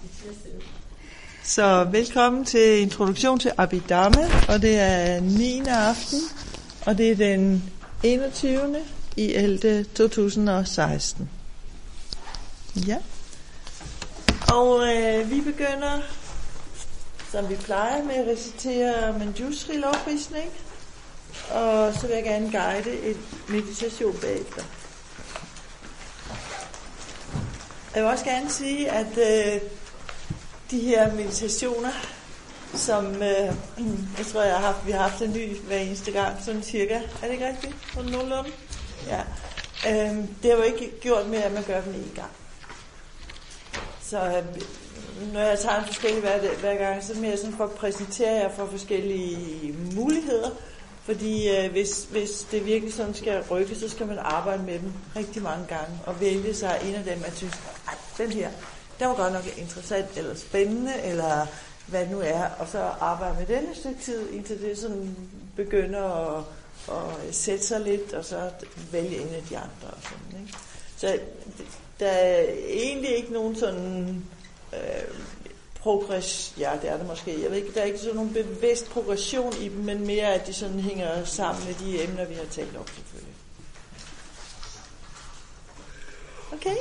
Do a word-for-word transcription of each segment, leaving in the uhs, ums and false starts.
Så velkommen til introduktion til Abhidhamma, og det er niende aften, og det er den enogtyvende i ellevte to tusind og seksten. Ja. Og øh, vi begynder, som vi plejer, med at recitere Manjushri lovprisning, og så vil jeg gerne guide en meditation bagefter. Jeg vil også gerne sige, at øh, de her meditationer, som øh, jeg tror, jeg har haft, vi har haft en ny hver eneste gang, sådan cirka. Er det ikke rigtigt? Sådan nogenlunde? Ja. Øh, det har jo ikke gjort med, at man gør dem en gang. Så øh, når jeg tager en forskellig hver, hver gang, så mere sådan for at præsentere jer for forskellige muligheder. Fordi øh, hvis, hvis det virkelig sådan skal rykke, så skal man arbejde med dem rigtig mange gange, og vælge sig en af dem, man synes, ej, den her, den var godt nok interessant, eller spændende, eller hvad det nu er, og så arbejde med den et stykke tid, indtil det sådan begynder at, at sætte sig lidt, og så vælge en af de andre. Og sådan, ikke? Så der er egentlig ikke nogen sådan øh, progress, ja, det er det måske. Jeg ved ikke, der er ikke sådan nogen bevidst progression i dem, men mere at de sådan hænger sammen med de emner, vi har talt om, selvfølgelig. Okay?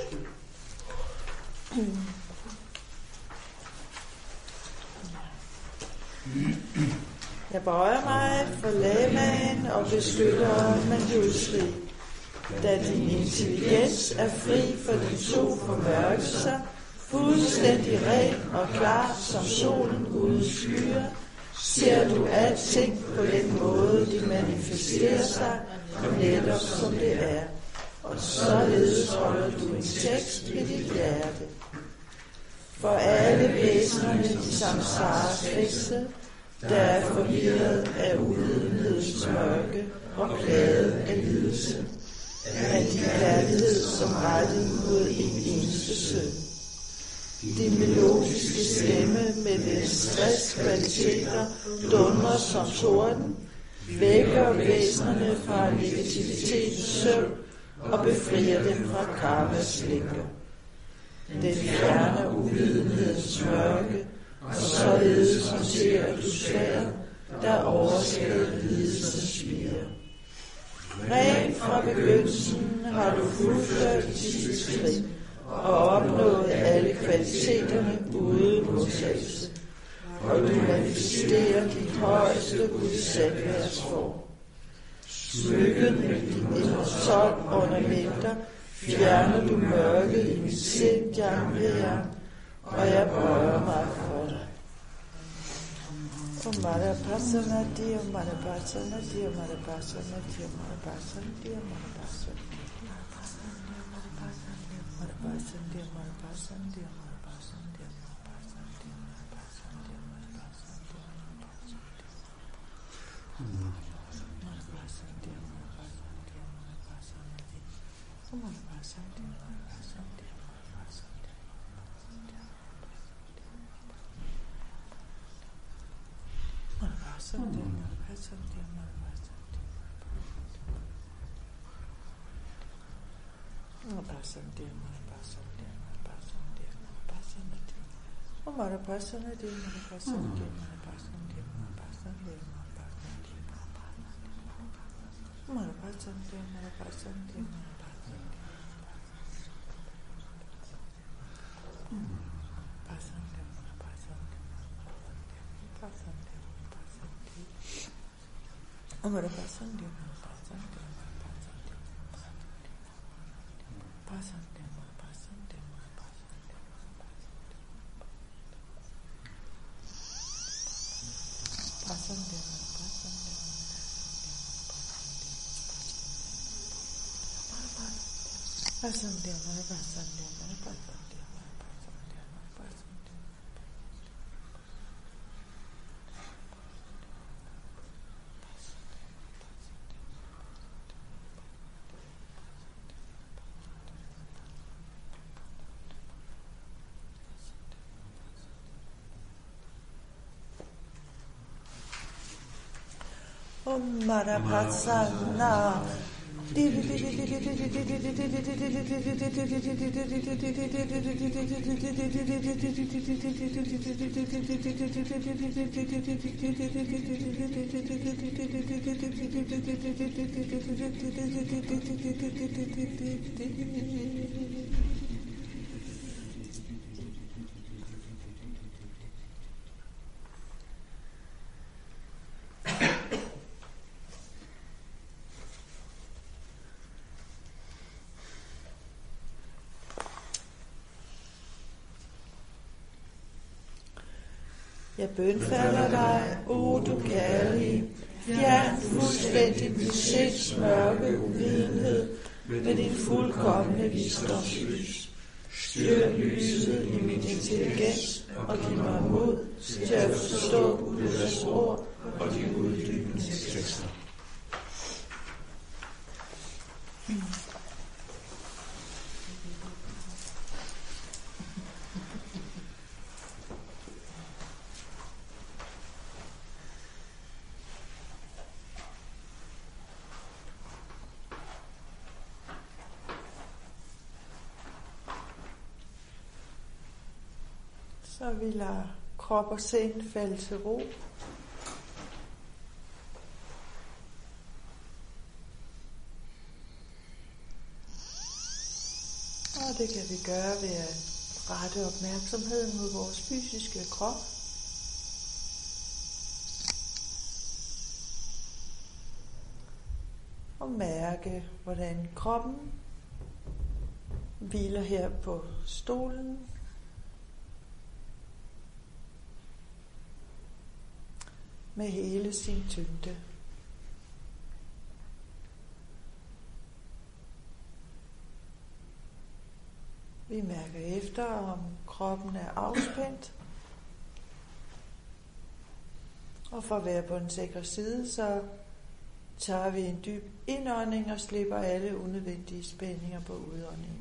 Jeg bøjer mig for lamaen og beskytter Manjushri. Da din intelligens er fri for de to formørkelser, fuldstændig ren og klar som solen uden skyer, ser du alting på den måde, de manifesterer sig, netop som det er. Og således holder du en tekst ved dit hjerte. For alle væsenerne i samsaras fængsel, der er forvirret af uvidenhedens mørke og plaget af lidelse, er din kærlighed som rettet mod en eneste søn. Din melodiske stemme med dens stresskvaliteter dundrer som torden, vækker væsenerne fra negativitetens søvn og befrier dem fra karmas lænker. Den fjerner uvidenhedens mørke, og således håndterer du sværet, der overskrider lidelsens spire. Rent fra begyndelsen har du fuldført sit skridt og opnået alle kvaliteterne uden undtagelse, og du manifesterer dit højeste gudsatværsform. Smykket med dine tolv ornamenter fjerner du mørket i mit sind, Jangvejang, og jeg bøjer mig for dig. Om Marapasana, di om Marapasana, di om Marapasana, di om Marapasana, di om Marapasana. Marapasana, di om Marapasana, di om Marapasana, di om Marapasana, di om Marapasana, di om Marapasana, di om Marapasana, di om Om Marapasana, Jeg bønfalder dig, o du kærlige, fjern fuldstændig mit sinds mørke uvidenhed med din fuldkomne visdomslys. Styrk lyset i min intelligens og giv mig mod til at forstå Buddhas ord og de uddybende tekster. Så vi lader krop og sind falde til ro. Og det kan vi gøre ved at rette opmærksomheden mod vores fysiske krop. Og mærke, hvordan kroppen hviler her på stolen. Med hele sin tyngde. Vi mærker efter, om kroppen er afspændt. Og for at være på den sikre side, så tager vi en dyb indånding og slipper alle unødvendige spændinger på udåndingen.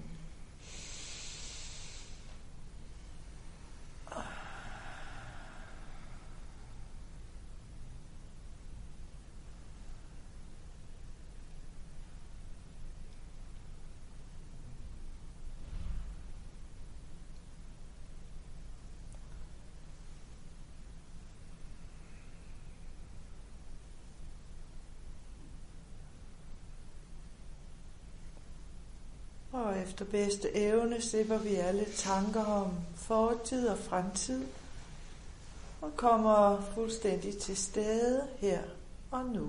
Og efter bedste evne slipper vi alle tanker om fortid og fremtid og kommer fuldstændig til stede her og nu.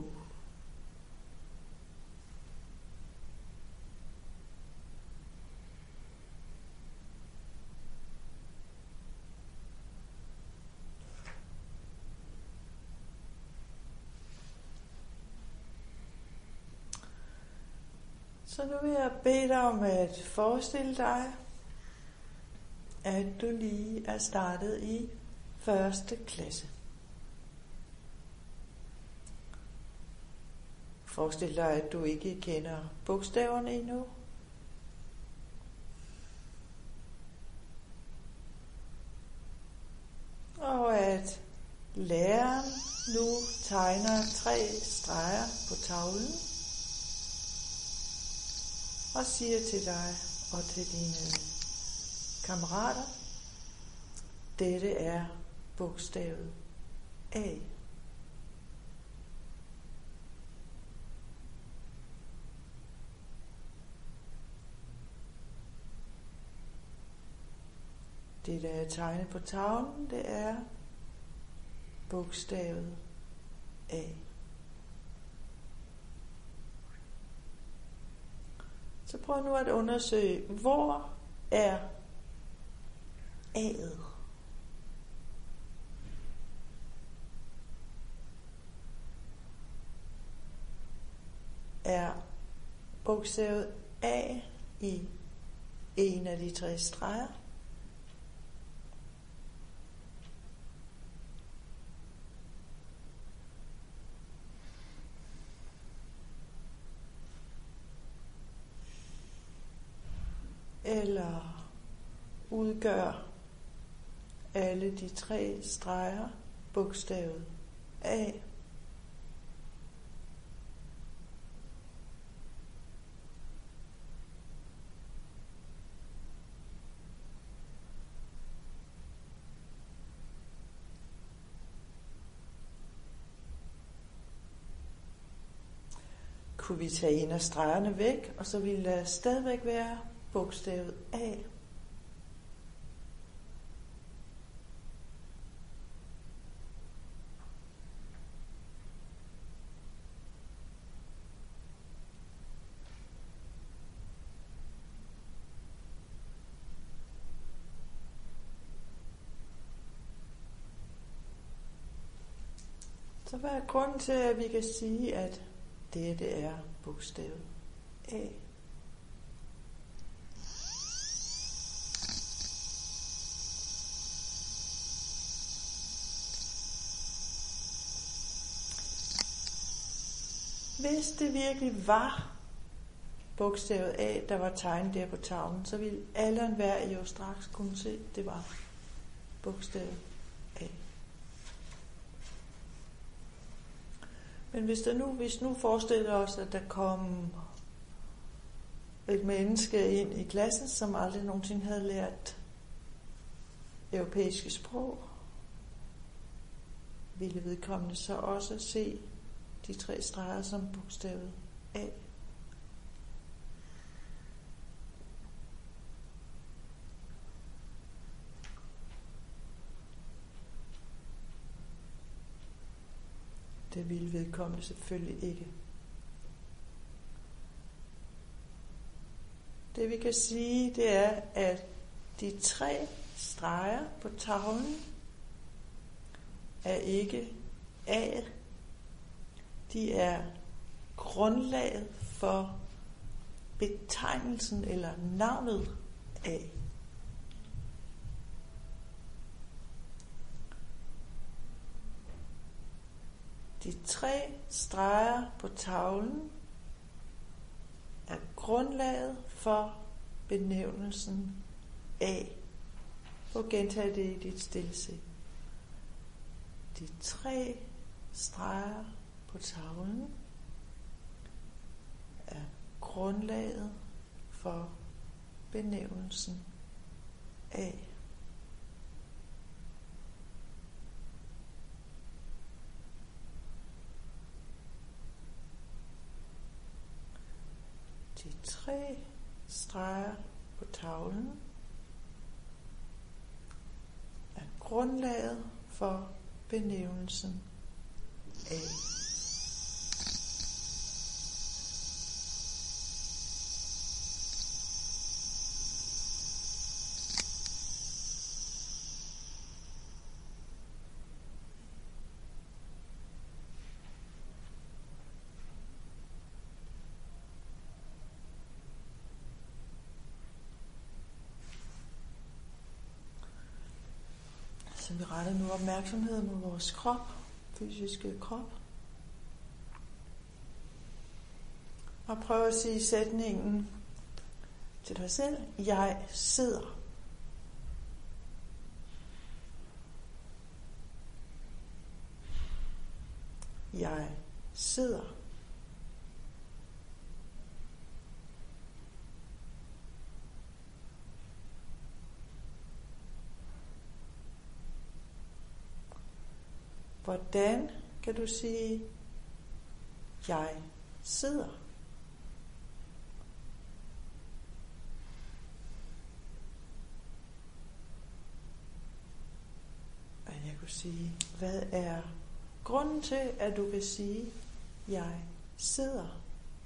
Så nu vil jeg bede dig om at forestille dig, at du lige er startet i første klasse. Forestil dig, at du ikke kender bogstaverne endnu. Og at læreren nu tegner tre streger på tavlen. Og siger til dig og til dine kammerater, dette er bogstavet A. Det, der er tegnet på tavlen, det er bogstavet A. Så prøv nu at undersøge, hvor er A'et? Er bogstavet A i en af de tre streger? Eller udgør alle de tre streger bogstavet A? kunne vi tage en af stregerne væk, og så ville der stadigvæk være bogstavet A. Så hvad er grunden til, at vi kan sige, at dette er bogstavet A? Hvis det virkelig var bogstavet A, der var tegnet der på tavlen, så ville alle og enhver jo straks kunne se, at det var bogstavet A. Men hvis, der nu, hvis nu forestiller os, at der kom et menneske ind i klassen, som aldrig nogensinde havde lært europæiske sprog, ville vedkommende så også se de tre streger som bogstavet A. Det ville vedkommende selvfølgelig ikke. Det vi kan sige, det er, at de tre streger på tavlen er ikke A. De er grundlaget for betegnelsen eller navnet A. De tre streger på tavlen er grundlaget for benævnelsen A. Prøv at gentage det i dit stillesind. De tre streger på tavlen er grundlaget for benævnelsen A. De tre streger på tavlen er grundlaget for benævnelsen A. Så vi retter nu opmærksomheden mod vores krop, fysiske krop. Og prøv at sige sætningen til dig selv. Jeg sidder. Jeg sidder. Hvordan kan du sige, jeg sidder? Og jeg kunne sige, hvad er grunden til, at du kan sige, jeg sidder?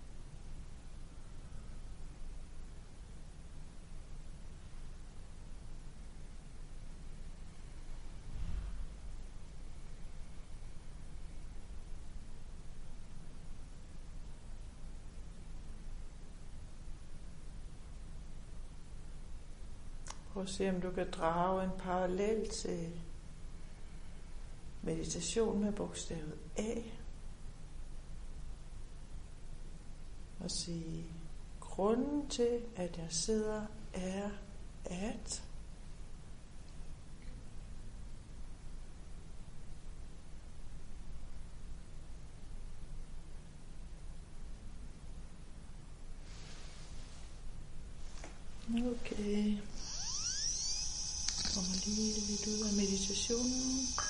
Prøv at se, om du kan drage en parallel til meditation med bogstavet A. Og sige, grunden til, at jeg sidder, er at... Okay. Kommer lige lidt ud af meditationen.